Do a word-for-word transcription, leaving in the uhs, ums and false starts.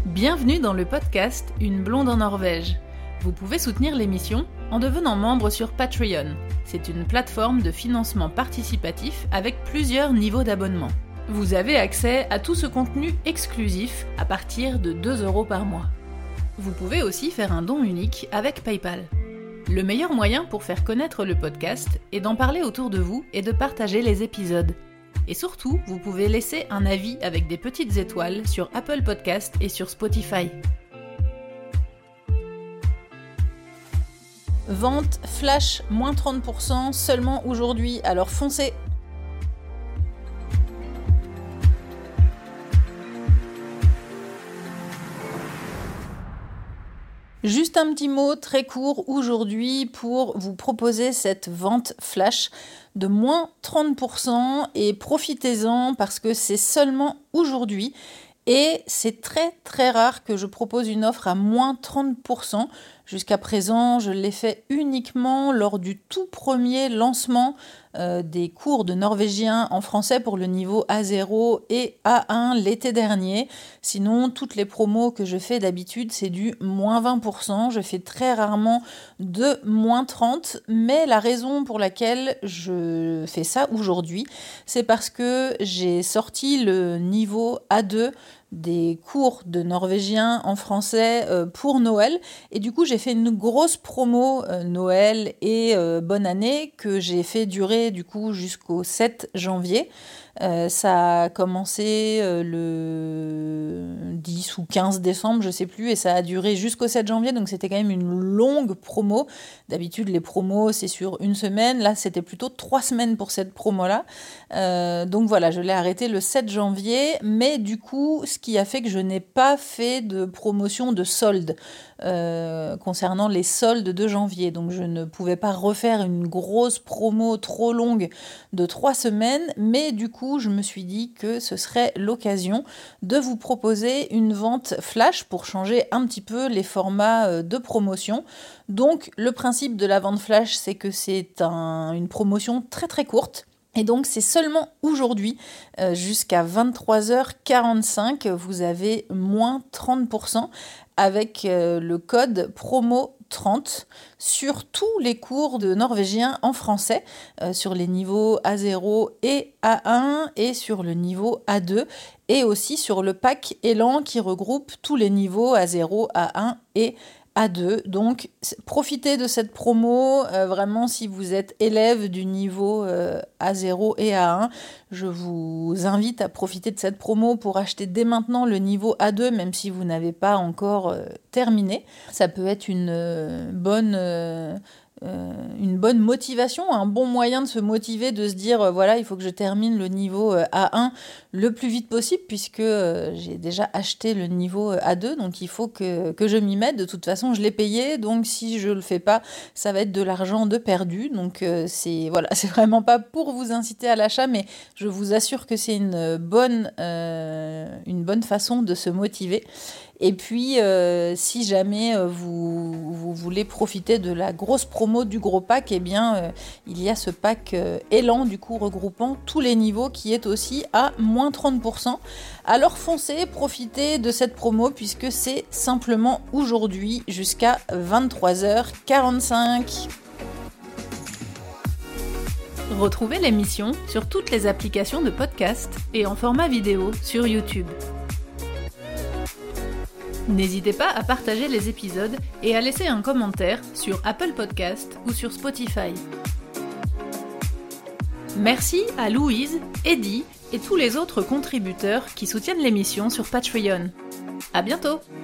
Bienvenue dans le podcast Une blonde en Norvège. Vous pouvez soutenir l'émission en devenant membre sur Patreon. C'est une plateforme de financement participatif avec plusieurs niveaux d'abonnement. Vous avez accès à tout ce contenu exclusif à partir de deux euros par mois. Vous pouvez aussi faire un don unique avec PayPal. Le meilleur moyen pour faire connaître le podcast est d'en parler autour de vous et de partager les épisodes. Et surtout, vous pouvez laisser un avis avec des petites étoiles sur Apple Podcast et sur Spotify. Vente flash, moins trente pour cent seulement aujourd'hui, alors foncez! Juste un petit mot très court aujourd'hui pour vous proposer cette vente flash de moins trente pour cent et profitez-en parce que c'est seulement aujourd'hui et c'est très très rare que je propose une offre à moins trente pour cent. Jusqu'à présent, je l'ai fait uniquement lors du tout premier lancement euh, des cours de norvégien en français pour le niveau A zéro et A un l'été dernier. Sinon, toutes les promos que je fais d'habitude, c'est du moins vingt pour cent. Je fais très rarement de moins trente, mais la raison pour laquelle je fais ça aujourd'hui, c'est parce que j'ai sorti le niveau A deux des cours de norvégien en français euh, pour Noël et du coup j'ai fait une grosse promo euh, Noël et euh, bonne année que j'ai fait durer du coup jusqu'au sept janvier. Euh, ça a commencé euh, le dix ou quinze décembre, je sais plus, et ça a duré jusqu'au sept janvier, donc c'était quand même une longue promo. D'habitude, les promos, c'est sur une semaine. Là, c'était plutôt trois semaines pour cette promo-là. Euh, donc voilà, je l'ai arrêté le sept janvier, mais du coup, ce qui a fait que je n'ai pas fait de promotion de solde euh, concernant les soldes de janvier. Donc je ne pouvais pas refaire une grosse promo trop longue de trois semaines, mais du coup, je me suis dit que ce serait l'occasion de vous proposer une vente flash pour changer un petit peu les formats de promotion. Donc, le principe de la vente flash, c'est que c'est un, une promotion très très courte. Et donc, c'est seulement aujourd'hui, euh, jusqu'à vingt-trois heures quarante-cinq, vous avez moins trente pour cent avec euh, le code promo trente sur tous les cours de norvégien en français, euh, sur les niveaux A zéro et A un et sur le niveau A deux et aussi sur le pack Élan qui regroupe tous les niveaux A zéro, A un et A deux. Donc profitez de cette promo, euh, vraiment si vous êtes élève du niveau euh, A zéro et A un, je vous invite à profiter de cette promo pour acheter dès maintenant le niveau A deux, même si vous n'avez pas encore euh, terminé. Ça peut être une euh, bonne... Euh, Euh, une bonne motivation, un bon moyen de se motiver, de se dire euh, voilà, il faut que je termine le niveau euh, A un le plus vite possible puisque euh, j'ai déjà acheté le niveau euh, A deux, donc il faut que, que je m'y mette. De toute façon, je l'ai payé, donc si je le fais pas, ça va être de l'argent de perdu. Donc euh, c'est voilà, c'est vraiment pas pour vous inciter à l'achat, mais je vous assure que c'est une bonne, euh, une bonne façon de se motiver. Et puis, euh, si jamais euh, vous, vous voulez profiter de la grosse promo du gros pack, eh bien, euh, il y a ce pack euh, Élan, du coup, regroupant tous les niveaux, qui est aussi à moins trente pour cent. Alors foncez, profitez de cette promo, puisque c'est simplement aujourd'hui jusqu'à vingt-trois heures quarante-cinq. Retrouvez l'émission sur toutes les applications de podcast et en format vidéo sur YouTube. N'hésitez pas à partager les épisodes et à laisser un commentaire sur Apple Podcast ou sur Spotify. Merci à Louise, Eddie et tous les autres contributeurs qui soutiennent l'émission sur Patreon. À bientôt!